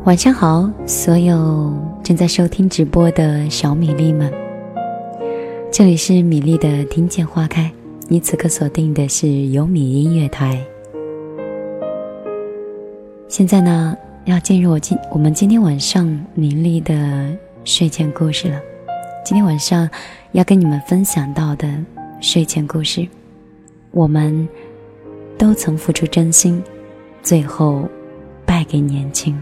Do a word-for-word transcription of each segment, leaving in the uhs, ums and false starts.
晚上好，所有正在收听直播的小米粒们，这里是米粒的听见花开，你此刻锁定的是有米音乐台。现在呢，要进入我今我们今天晚上米粒的睡前故事了。今天晚上要跟你们分享到的睡前故事，我们都曾付出真心，最后败给年轻。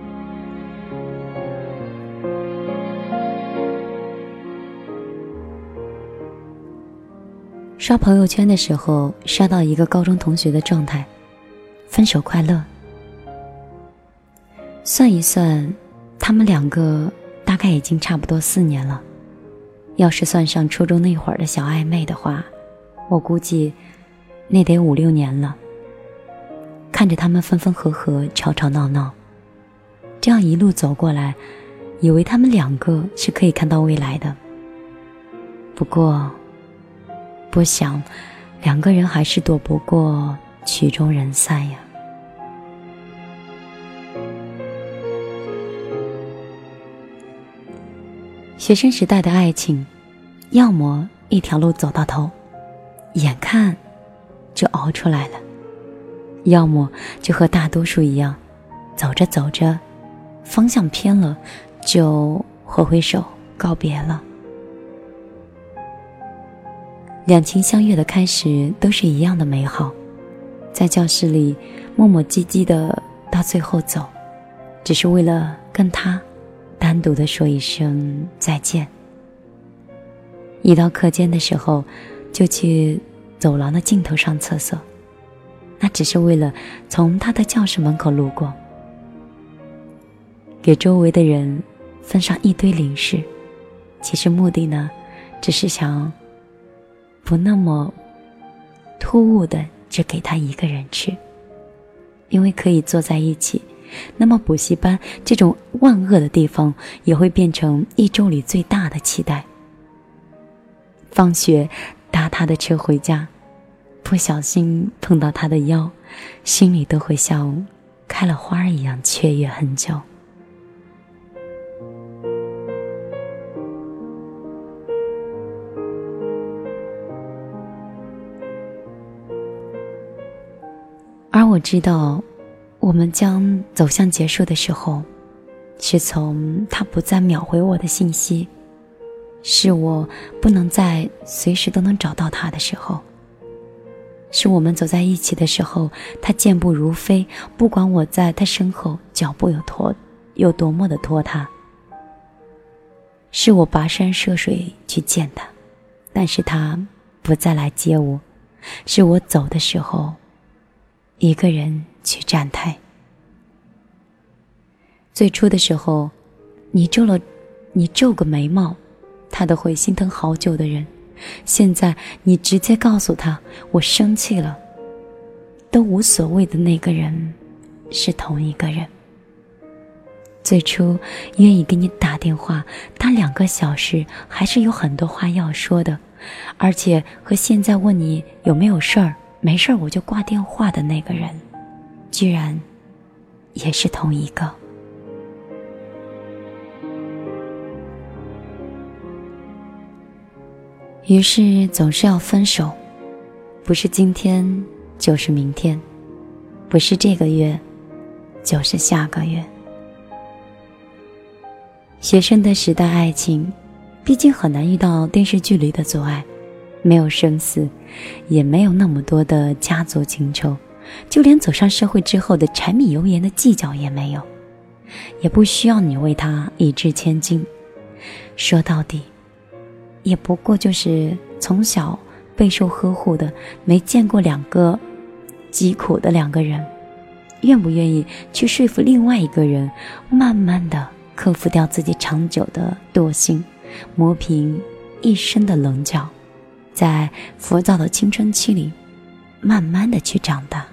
刷朋友圈的时候，刷到一个高中同学的状态，分手快乐。算一算，他们两个大概已经差不多四年了。要是算上初中那会儿的小暧昧的话，我估计那得五六年了。看着他们分分合合，吵吵闹闹，这样一路走过来，以为他们两个是可以看到未来的。不过不想两个人还是躲不过曲终人散呀。学生时代的爱情，要么一条路走到头，眼看就熬出来了，要么就和大多数一样，走着走着方向偏了，就挥挥手告别了。两情相悦的开始都是一样的美好，在教室里磨磨唧唧的到最后走，只是为了跟他单独的说一声再见。一到课间的时候，就去走廊的尽头上厕所，那只是为了从他的教室门口路过，给周围的人分上一堆零食，其实目的呢，只是想不那么突兀的只给他一个人吃，因为可以坐在一起，那么补习班这种万恶的地方也会变成一周里最大的期待。放学搭他的车回家，不小心碰到他的腰，心里都会像开了花一样雀跃很久。而我知道我们将走向结束的时候，是从他不再秒回我的信息，是我不能再随时都能找到他的时候，是我们走在一起的时候，他健步如飞，不管我在他身后脚步有拖有多么的拖沓，是我跋山涉水去见他，但是他不再来接我，是我走的时候一个人去站台。最初的时候，你皱了你皱个眉毛，他都会心疼好久的人，现在你直接告诉他我生气了，都无所谓的那个人是同一个人。最初愿意给你打电话打两个小时，还是有很多话要说的，而且和现在问你有没有事儿，没事儿我就挂电话的那个人，居然也是同一个。于是总是要分手，不是今天就是明天，不是这个月就是下个月。学生的时代爱情毕竟很难遇到电视剧里的阻碍，没有生死，也没有那么多的家族情仇，就连走上社会之后的柴米油盐的计较也没有，也不需要你为他一掷千金。说到底也不过就是从小备受呵护的，没见过两个疾苦的两个人，愿不愿意去说服另外一个人，慢慢的克服掉自己长久的惰性，磨平一身的棱角，在浮躁的青春期里慢慢的去长大。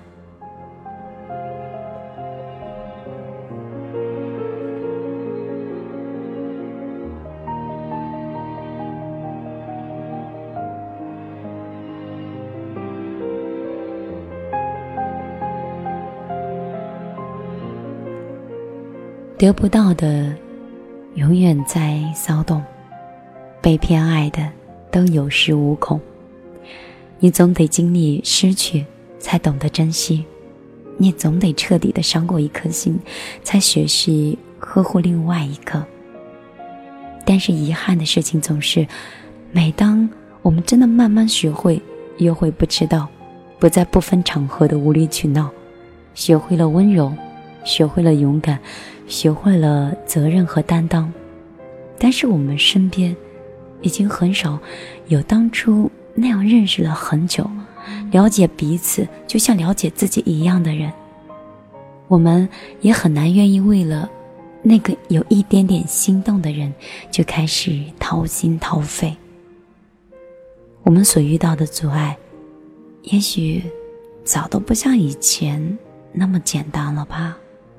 得不到的永远在骚动，被偏爱的都有恃无恐。你总得经历失去才懂得珍惜，你总得彻底的伤过一颗心，才学习呵护另外一颗。但是遗憾的事情总是，每当我们真的慢慢学会，又会不知道，不再不分场合的无理取闹，学会了温柔，学会了勇敢，学会了责任和担当，但是我们身边已经很少有当初那样认识了很久，了解彼此就像了解自己一样的人。我们也很难愿意为了那个有一点点心动的人就开始掏心掏肺。我们所遇到的阻碍也许早都不像以前那么简单了吧。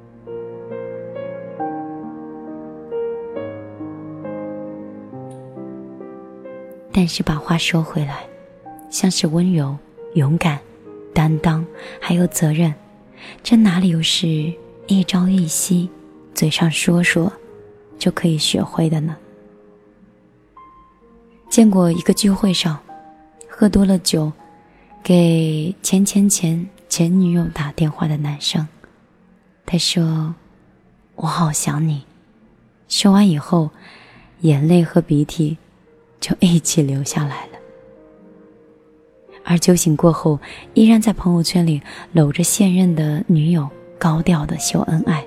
但是把话说回来，像是温柔、勇敢、担当还有责任，这哪里又是一朝一夕嘴上说说就可以学会的呢？见过一个聚会上，喝多了酒给前前前前女友打电话的男生，他说我好想你，说完以后眼泪和鼻涕就一起流下来了。而酒醒过后，依然在朋友圈里搂着现任的女友高调的秀恩爱。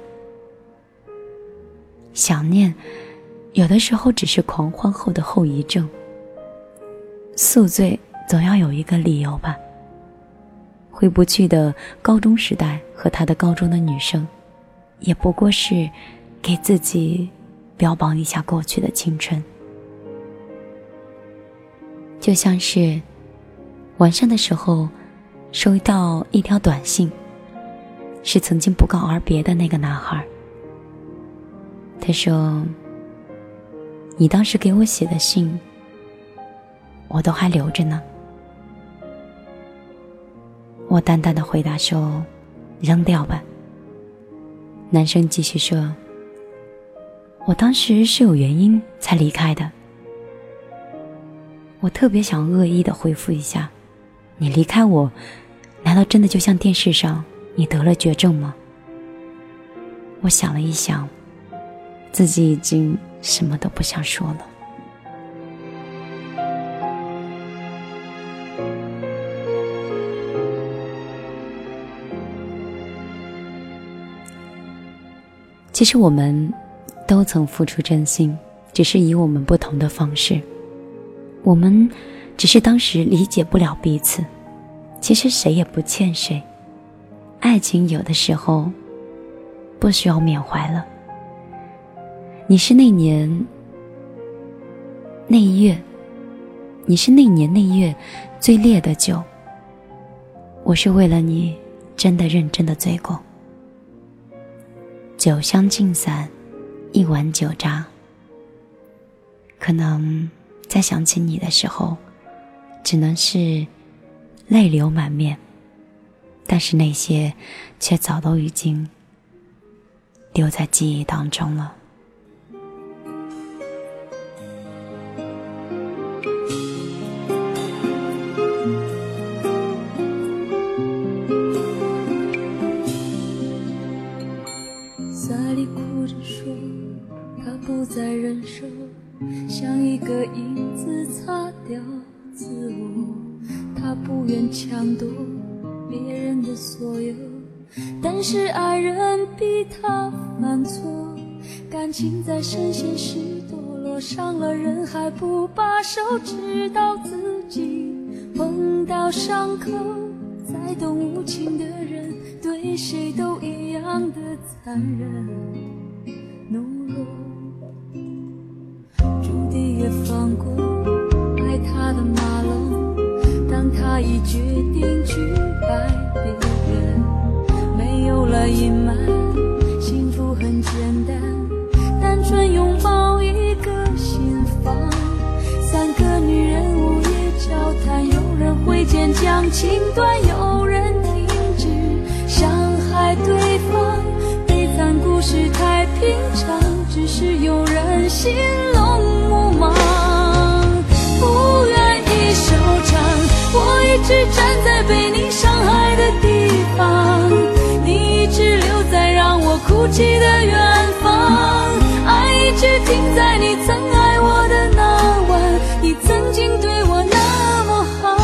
想念有的时候只是狂欢后的后遗症，宿醉总要有一个理由吧。回不去的高中时代和他的高中的女生，也不过是给自己标榜一下过去的青春。就像是晚上的时候收到一条短信，是曾经不告而别的那个男孩。他说，你当时给我写的信我都还留着呢。我淡淡的回答说，扔掉吧。男生继续说，我当时是有原因才离开的。我特别想恶意的回复一下，你离开我，难道真的就像电视上你得了绝症吗？我想了一想，自己已经什么都不想说了。其实我们都曾付出真心，只是以我们不同的方式。我们只是当时理解不了彼此，其实谁也不欠谁。爱情有的时候不需要缅怀了。你是那年那一月，你是那年那月最烈的酒，我是为了你真的认真的醉过。酒香尽散，一碗酒渣。可能在想起你的时候，只能是泪流满面，但是那些却早都已经丢在记忆当中了。 萨利哭着说，他不再忍受，像一个影子擦掉自我。他不愿抢夺别人的所有，但是爱人逼他犯错，感情在深陷时堕落，伤了人还不罢手，直到自己碰到伤口，才懂无情的人对谁都一样的残忍懦弱。朱迪也放过爱他的马龙，当他已决定去爱别人，没有了隐瞒，幸福很简单，单纯拥抱一个心房。三个女人午夜交谈，有人挥剑将情断，有人停止伤害对方，悲惨故事太平心龙目盲，不愿意收场。我一直站在被你伤害的地方，你一直留在让我哭泣的远方，爱一直停在你曾爱我的那晚，你曾经对我那么好。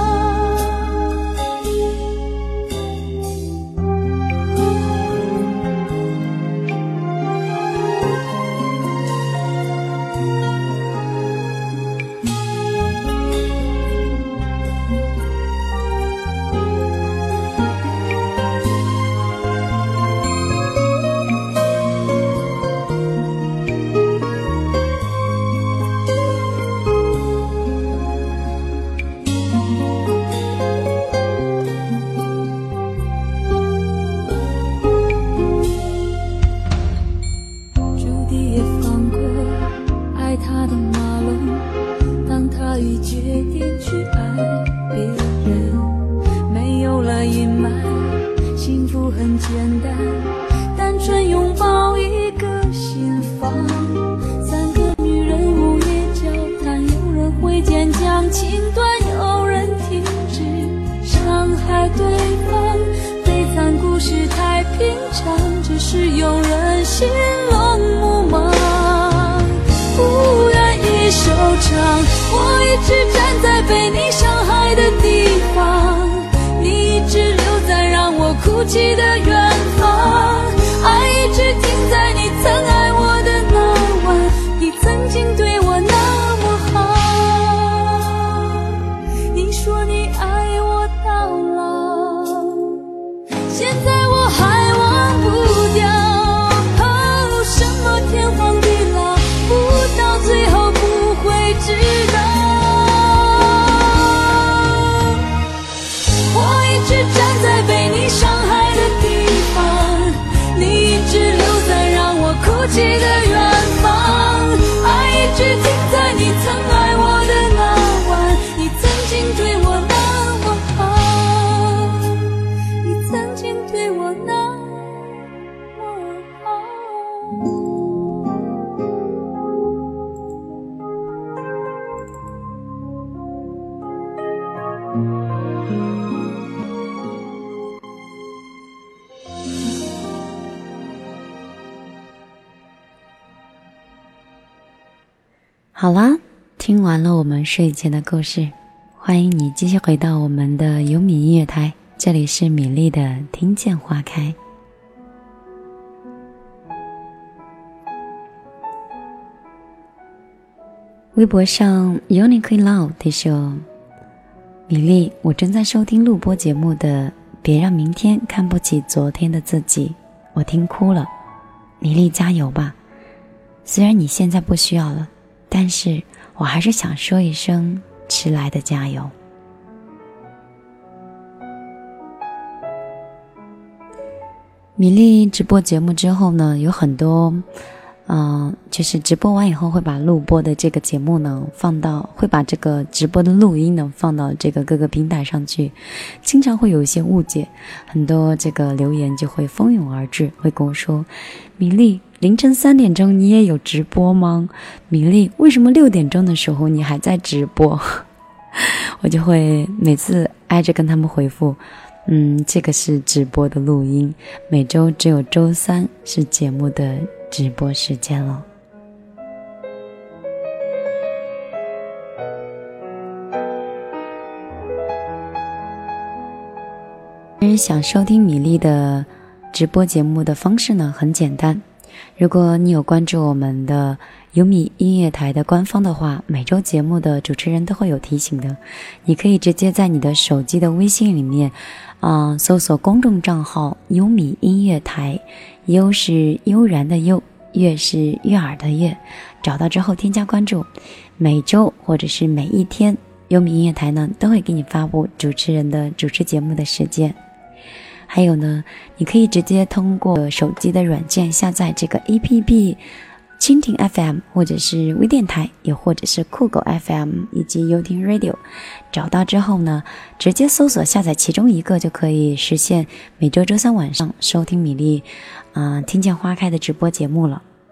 好啦，听完了我们睡前的故事，欢迎你继续回到我们的优米音乐台，这里是米粒的听见花开。微博上 Unique Love 说，米粒，我正在收听录播节目的别让明天看不起昨天的自己，我听哭了。米粒加油吧，虽然你现在不需要了，但是我还是想说一声迟来的加油。米粒直播节目之后呢，有很多嗯、呃，就是直播完以后会把录播的这个节目呢放到，会把这个直播的录音呢放到这个各个平台上去，经常会有一些误解，很多这个留言就会蜂拥而至，会跟我说，米粒，凌晨三点钟你也有直播吗？米粒，为什么六点钟的时候你还在直播？我就会每次挨着跟他们回复，嗯，这个是直播的录音，每周只有周三是节目的直播时间了。想收听米粒的直播节目的方式呢，很简单。如果你有关注我们的优米音乐台的官方的话，每周节目的主持人都会有提醒的。你可以直接在你的手机的微信里面啊、呃，搜索公众账号优米音乐台，优是悠然的悠，悦是悦耳的悦，找到之后添加关注。每周或者是每一天，优米音乐台呢都会给你发布主持人的主持节目的时间。还有呢，你可以直接通过手机的软件下载这个 A P P 蜻蜓 F M 或者是微电台，也或者是酷狗 F M 以及优听 Radio， 找到之后呢，直接搜索下载其中一个，就可以实现每周周三晚上收听米粒啊、呃、听见花开的直播节目了。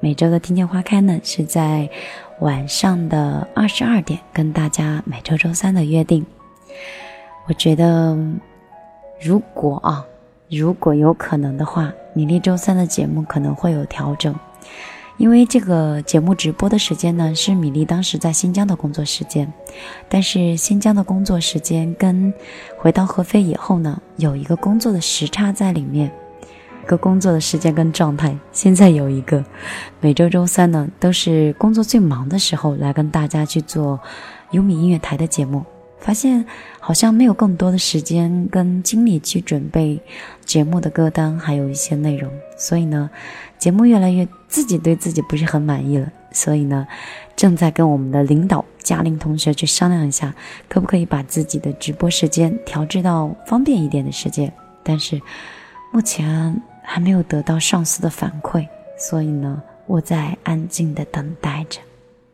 每周的听见花开呢，是在晚上的二十二点跟大家每周周三的约定。我觉得如果啊如果有可能的话，米粒周三的节目可能会有调整，因为这个节目直播的时间呢是米粒当时在新疆的工作时间，但是新疆的工作时间跟回到合肥以后呢有一个工作的时差在里面，一个工作的时间跟状态。现在有一个每周周三呢都是工作最忙的时候来跟大家去做优米音乐台的节目，发现好像没有更多的时间跟精力去准备节目的歌单还有一些内容，所以呢节目越来越自己对自己不是很满意了，所以呢正在跟我们的领导嘉玲同学去商量一下，可不可以把自己的直播时间调至到方便一点的时间，但是目前还没有得到上司的反馈，所以呢我在安静的等待着。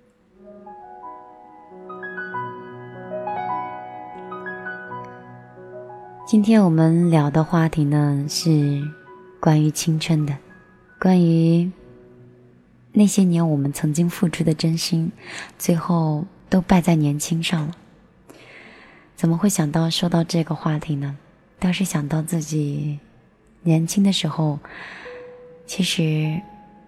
今天我们聊的话题呢是关于青春的，关于那些年我们曾经付出的真心最后都败在年轻上了。怎么会想到说到这个话题呢？倒是想到自己年轻的时候，其实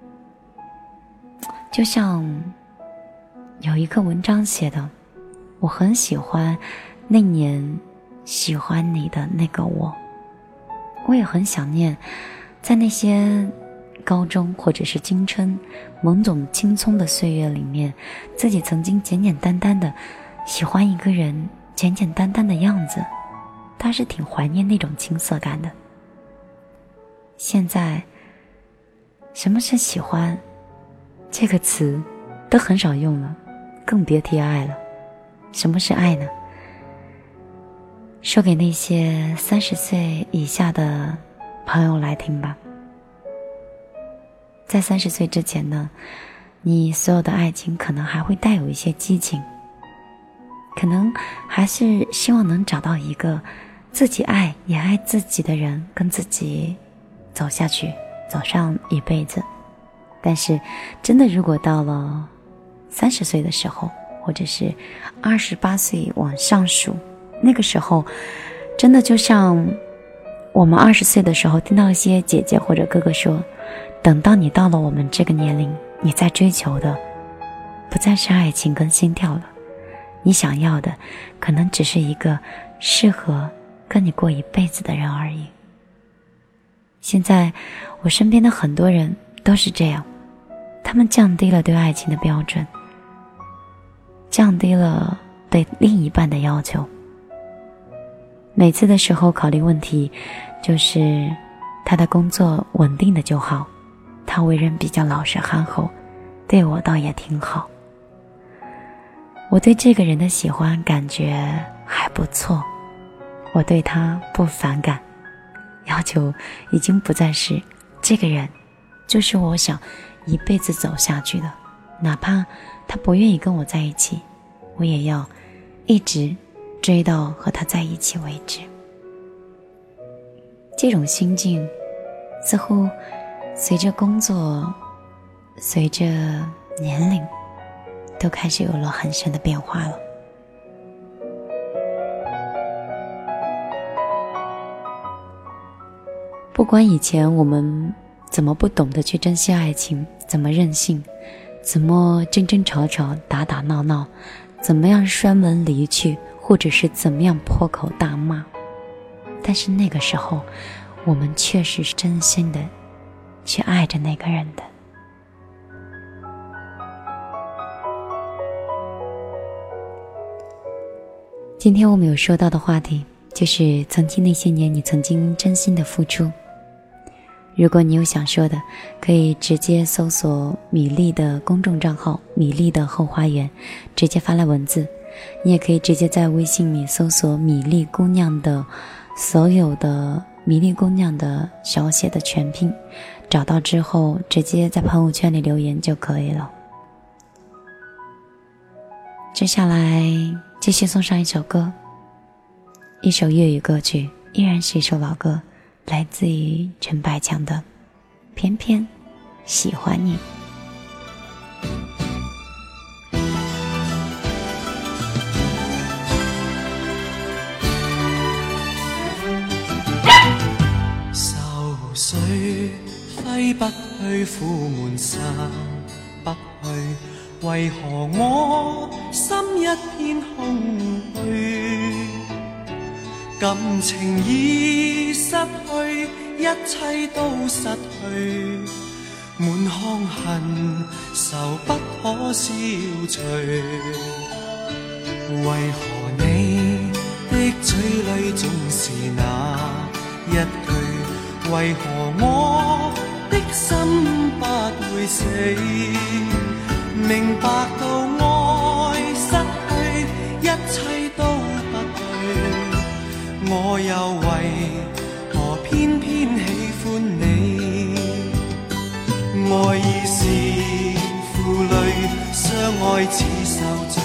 就像有一个文章写的，我很喜欢那年喜欢你的那个我，我也很想念在那些高中或者是青春懵懂青葱的岁月里面，自己曾经简简单单的喜欢一个人，简简单单的样子，他是挺怀念那种青涩感的。现在什么是喜欢这个词都很少用了，更别提爱了。什么是爱呢？说给那些三十岁以下的朋友来听吧。在三十岁之前呢，你所有的爱情可能还会带有一些激情，可能还是希望能找到一个自己爱也爱自己的人，跟自己走下去，走上一辈子。但是真的如果到了三十岁的时候，或者是二十八岁往上数，那个时候真的就像我们二十岁的时候听到一些姐姐或者哥哥说，等到你到了我们这个年龄，你在追求的不再是爱情跟心跳了，你想要的可能只是一个适合跟你过一辈子的人而已。现在我身边的很多人都是这样，他们降低了对爱情的标准，降低了对另一半的要求。每次的时候考虑问题就是他的工作稳定的就好，他为人比较老实憨厚，对我倒也挺好，我对这个人的喜欢感觉还不错，我对他不反感，要求已经不再是这个人就是我想一辈子走下去的，哪怕他不愿意跟我在一起，我也要一直追到和他在一起为止。这种心境似乎随着工作，随着年龄都开始有了很深的变化了。不管以前我们怎么不懂得去珍惜爱情，怎么任性，怎么争争吵吵打打闹闹，怎么样摔门离去，或者是怎么样破口大骂，但是那个时候我们确实是真心的去爱着那个人的。今天我们有说到的话题就是曾经那些年你曾经真心的付出。如果你有想说的，可以直接搜索米粒的公众账号米粒的后花园，直接发来文字。你也可以直接在微信里搜索米粒姑娘的所有的米粒姑娘的小写的全拼，找到之后直接在朋友圈里留言就可以了。接下来继续送上一首歌，一首粤语歌曲，依然是一首老歌，来自于陈百强的《偏偏喜欢你》。 揮不去，苦悶散不去，為何我心一片空虛？感情已失去，一切都失去，滿腔恨愁不可消除。為何你的嘴裏總是那一句？為何我的心不會死？明白到愛失去，一切都不對，我又為何偏偏喜歡你？愛已是負累，相愛似受罪，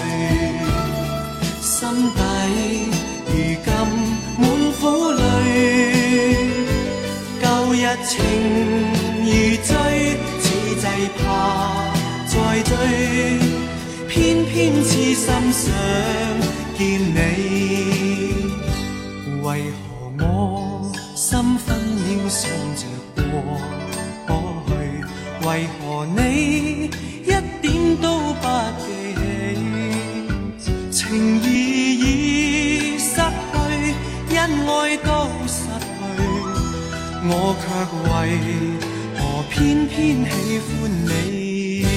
心底如今滿苦淚。舊日情如醉，此際怕再追，偏偏痴心想見你。為何我心分秒想着過去？為何你一點都不記起？情義已失去，因愛都失去，我卻為何偏偏喜歡你？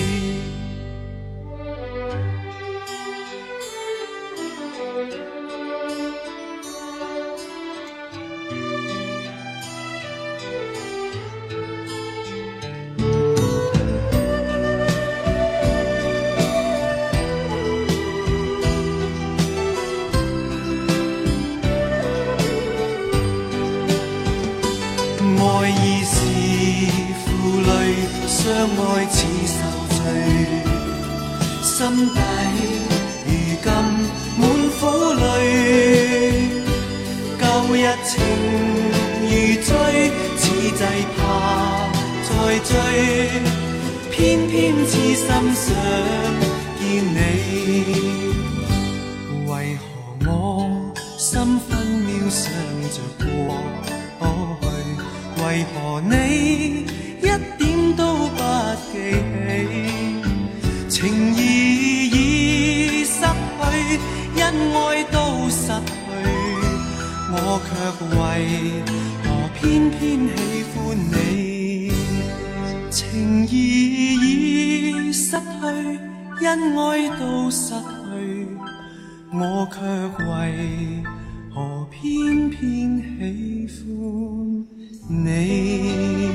愛已是負累，相愛似受罪，心底如今滿苦淚。舊日情如醉，此際怕再追，偏偏痴心想見你。為何我心分秒想着過去？為何你一點都不記起？情義已失去，因愛都失去，我卻為何偏偏喜歡你？情義已失去，因愛都失去，我卻為何偏偏喜歡你？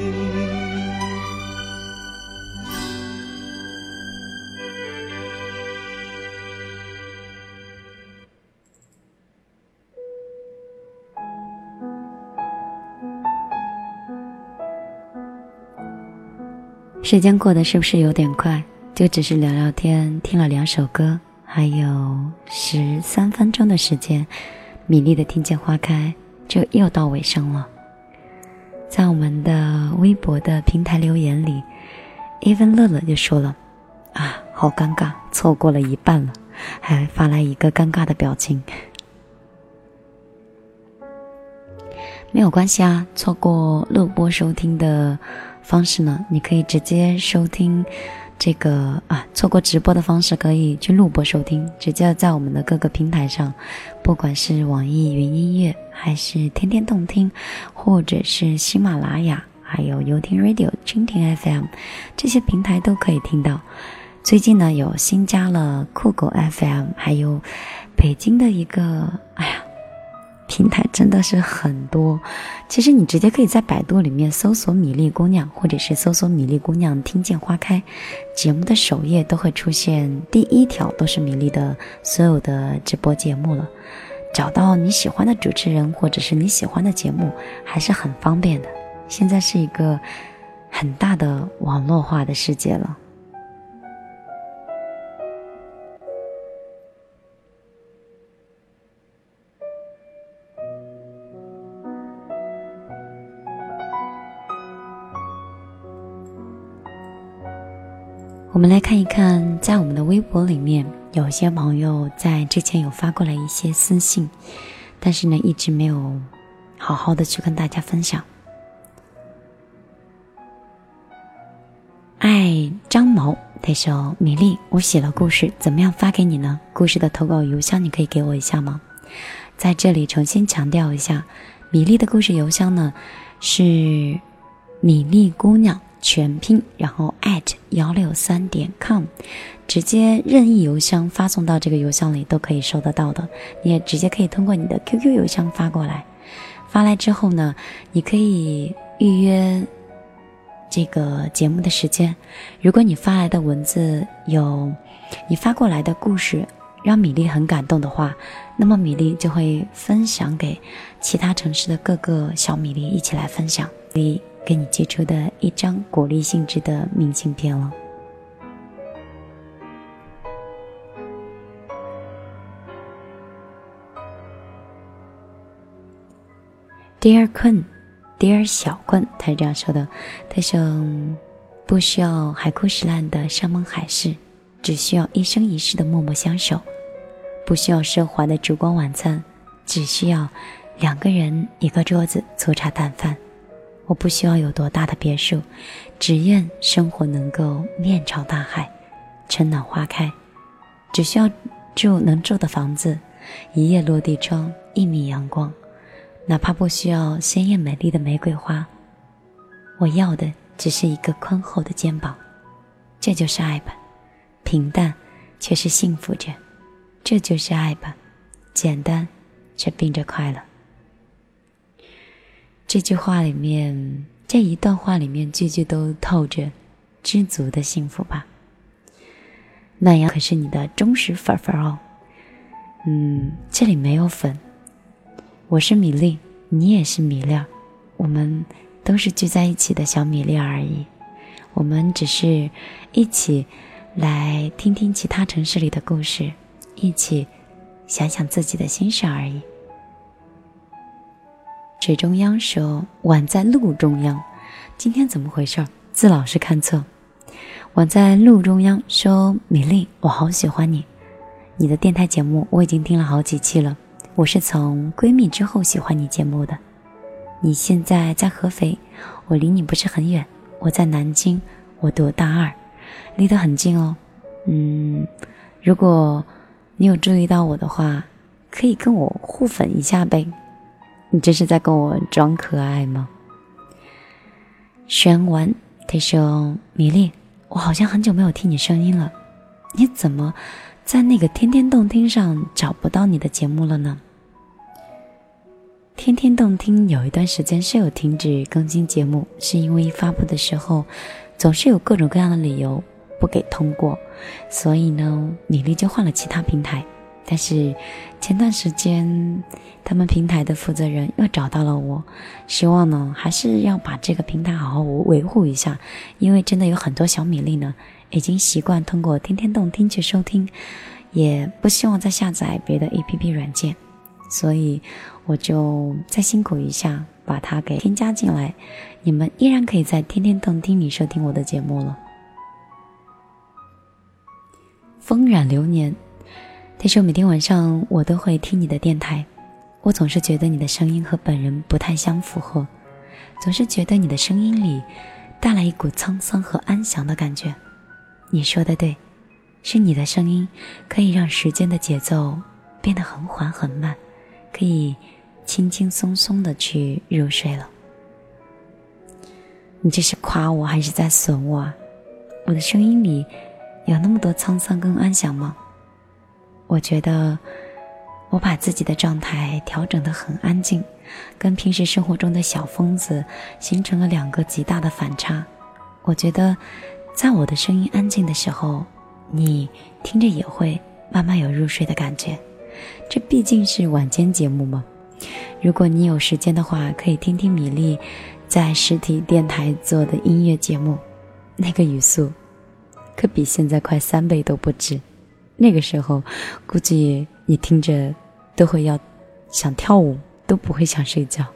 时间过得是不是有点快？就只是聊聊天，听了两首歌，还有十三分钟的时间，米粒的听见花开就又到尾声了。在我们的微博的平台留言里 Even 乐乐就说了啊，好尴尬，错过了一半了，还发来一个尴尬的表情。没有关系啊，错过录播收听的方式呢，你可以直接收听这个啊，错过直播的方式可以去录播收听，直接在我们的各个平台上，不管是网易云音乐，还是天天动听，或者是喜马拉雅，还有游听 Radio、蜻蜓 F M， 这些平台都可以听到。最近呢，有新加了酷狗 F M， 还有北京的一个，哎呀，平台真的是很多。其实你直接可以在百度里面搜索米粒姑娘，或者是搜索米粒姑娘听见花开，节目的首页都会出现第一条都是米粒的所有的直播节目了。找到你喜欢的主持人或者是你喜欢的节目还是很方便的，现在是一个很大的网络化的世界了。我们来看一看，在我们的微博里面，有些朋友在之前有发过来一些私信，但是呢，一直没有好好的去跟大家分享。 他说米粒，我写了故事，怎么样发给你呢？故事的投稿邮箱你可以给我一下吗？在这里重新强调一下，米粒的故事邮箱呢是米粒姑娘全拼然后 at 一六三点 com， 直接任意邮箱发送到这个邮箱里都可以收得到的。你也直接可以通过你的 Q Q 邮箱发过来，发来之后呢，你可以预约这个节目的时间。如果你发来的文字有你发过来的故事让米粒很感动的话，那么米粒就会分享给其他城市的各个小米粒一起来分享，可以给你寄出的一张鼓励性质的明信片了。Dear Kun Dear 小棍，他是这样说的，他说不需要海枯石烂的山盟海誓，只需要一生一世的默默相守，不需要奢华的烛光晚餐，只需要两个人一个桌子粗茶淡饭。我不需要有多大的别墅，只愿生活能够面朝大海，春暖花开。只需要住能住的房子，一夜落地窗，一米阳光，哪怕不需要鲜艳美丽的玫瑰花，我要的只是一个宽厚的肩膀。这就是爱吧，平淡却是幸福着。这就是爱吧，简单却并着快乐。这句话里面，这一段话里面句句都透着知足的幸福吧。那样可是你的忠实粉粉哦。嗯，这里没有粉，我是米粒，你也是米粒儿，我们都是聚在一起的小米粒而已。我们只是一起来听听其他城市里的故事，一起想想自己的心事而已。水中央说晚在路中央，今天怎么回事？字老是看错。晚在路中央说米粒，我好喜欢你，你的电台节目我已经听了好几期了，我是从闺蜜之后喜欢你节目的。你现在在合肥，我离你不是很远，我在南京，我读大二，离得很近哦。嗯，如果你有注意到我的话，可以跟我互粉一下呗。你这是在跟我装可爱吗？宣完他说米粒，我好像很久没有听你声音了，你怎么在那个天天动听上找不到你的节目了呢？天天动听有一段时间是有停止更新节目，是因为一发布的时候总是有各种各样的理由不给通过，所以呢米粒就换了其他平台。但是前段时间他们平台的负责人又找到了我，希望呢还是要把这个平台好好维护一下，因为真的有很多小米粒呢已经习惯通过天天动听去收听，也不希望再下载别的 A P P 软件，所以我就再辛苦一下把它给添加进来，你们依然可以在天天动听里收听我的节目了。风染流年，他说每天晚上我都会听你的电台，我总是觉得你的声音和本人不太相符合，总是觉得你的声音里带来一股沧桑和安详的感觉。你说的对，是你的声音可以让时间的节奏变得很缓很慢，可以轻轻松松的去入睡了。你这是夸我还是在损我啊？我的声音里有那么多沧桑跟安详吗？我觉得我把自己的状态调整得很安静，跟平时生活中的小疯子形成了两个极大的反差。我觉得在我的声音安静的时候，你听着也会慢慢有入睡的感觉。这毕竟是晚间节目嘛，如果你有时间的话，可以听听米粒在实体电台做的音乐节目，那个语速可比现在快三倍都不止。那个时候估计你听着都会要想跳舞，都不会想睡觉。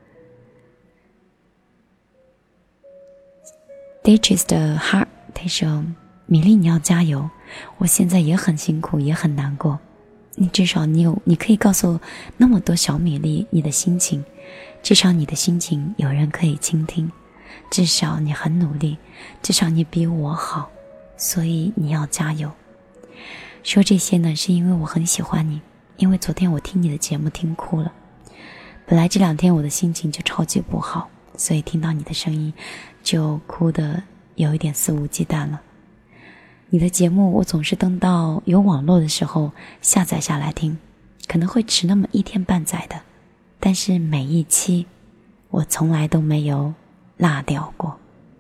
Ditches 的 Heart 他说米粒你要加油，我现在也很辛苦也很难过，你至少你有你可以告诉那么多小米粒你的心情，至少你的心情有人可以倾听，至少你很努力，至少你比我好， 所以你要加油。说这些呢，是因为我很喜欢你，因为昨天我听你的节目听哭了。本来这两天我的心情就超级不好，所以听到你的声音就哭得有一点肆无忌惮了。你的节目我总是等到有网络的时候下载下来听，可能会迟那么一天半载的，但是每一期我从来都没有落掉过。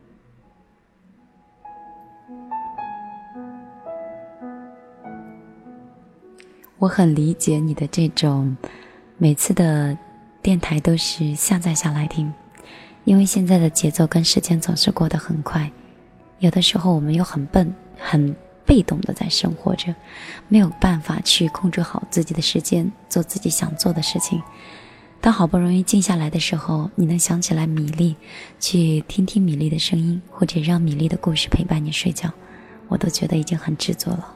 我很理解你的这种每次的电台都是下载下来听，因为现在的节奏跟时间总是过得很快，有的时候我们又很笨很被动的在生活着，没有办法去控制好自己的时间，做自己想做的事情。当好不容易静下来的时候，你能想起来米粒，去听听米粒的声音，或者让米粒的故事陪伴你睡觉，我都觉得已经很知足了。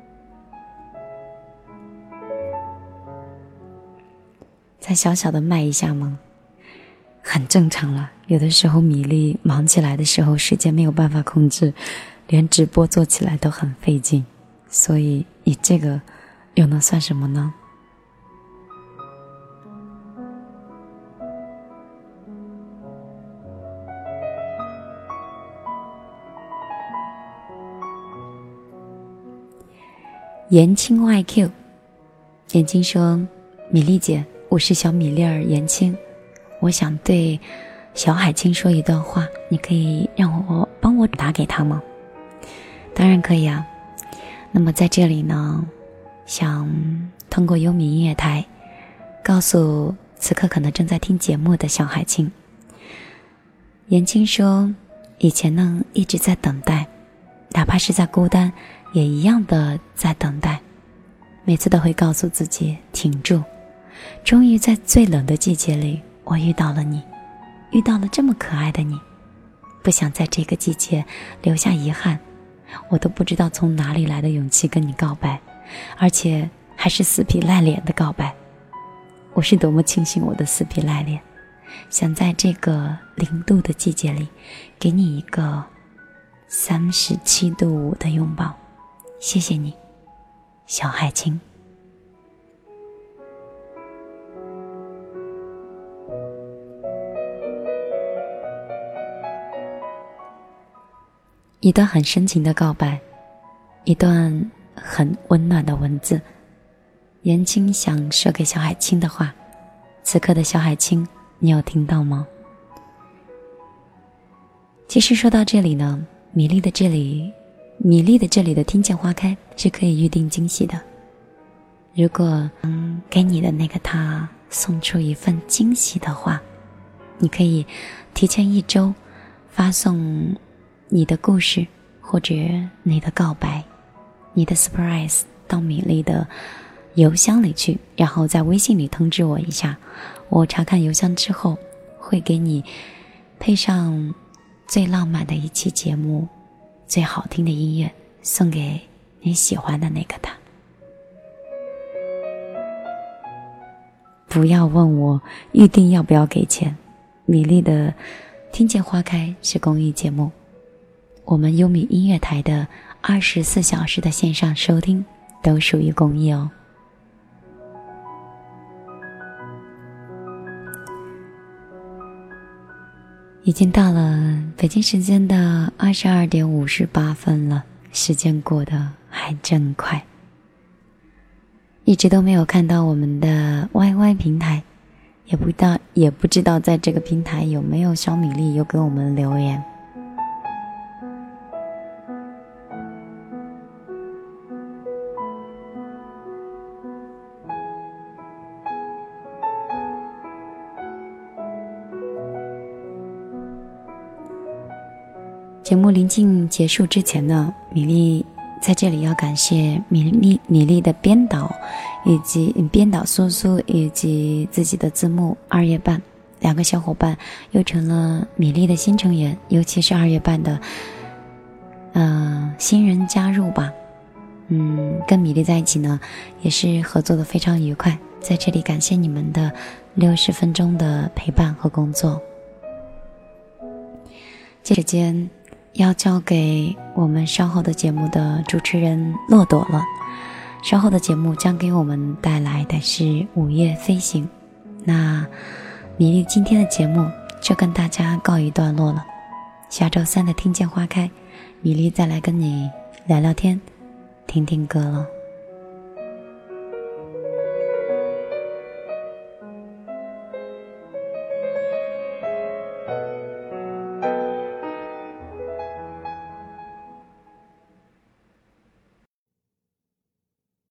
再小小的卖一下吗？很正常了，有的时候米粒忙起来的时候，时间没有办法控制，连直播做起来都很费劲，所以你这个又能算什么呢？言青 Y Q 言青说，米粒姐，我是小米粒儿言青，我想对小海清说一段话，你可以让我帮我打给他吗？当然可以啊。那么在这里呢，想通过优米音乐台告诉此刻可能正在听节目的小海清，言青说，以前呢一直在等待，哪怕是在孤单也一样的在等待，每次都会告诉自己挺住，终于在最冷的季节里，我遇到了你，遇到了这么可爱的你，不想在这个季节留下遗憾，我都不知道从哪里来的勇气跟你告白，而且还是死皮赖脸的告白。我是多么庆幸我的死皮赖脸，想在这个零度的季节里给你一个三十七度五的拥抱，谢谢你，小海清。一段很深情的告白，一段很温暖的文字，言青想说给小海清的话，此刻的小海清，你有听到吗？其实说到这里呢，米粒的这里米粒的这里的听见花开是可以预定惊喜的。如果能给你的那个他送出一份惊喜的话，你可以提前一周发送你的故事或者你的告白，你的 surprise 到米粒的邮箱里去，然后在微信里通知我一下，我查看邮箱之后会给你配上最浪漫的一期节目，最好听的音乐，送给你喜欢的那个他。不要问我预定要不要给钱，米粒的听见花开是公益节目，我们优米音乐台的二十四小时的线上收听都属于公益哦。已经到了北京时间的二十二点五十八分了，时间过得还真快。一直都没有看到我们的 Y Y 平台，也不知道也不知道在这个平台有没有小米粒有给我们留言。节目临近结束之前呢，米粒在这里要感谢米粒米粒的编导以及编导苏苏以及自己的字幕二月半两个小伙伴又成了米粒的新成员，尤其是二月半的呃新人加入吧。嗯，跟米粒在一起呢也是合作的非常愉快，在这里感谢你们的六十分钟的陪伴和工作。这时间要交给我们稍后的节目的主持人骆朵了。稍后的节目将给我们带来的是午夜飞行。那米粒今天的节目就跟大家告一段落了。下周三的听见花开，米粒再来跟你聊聊天，听听歌了。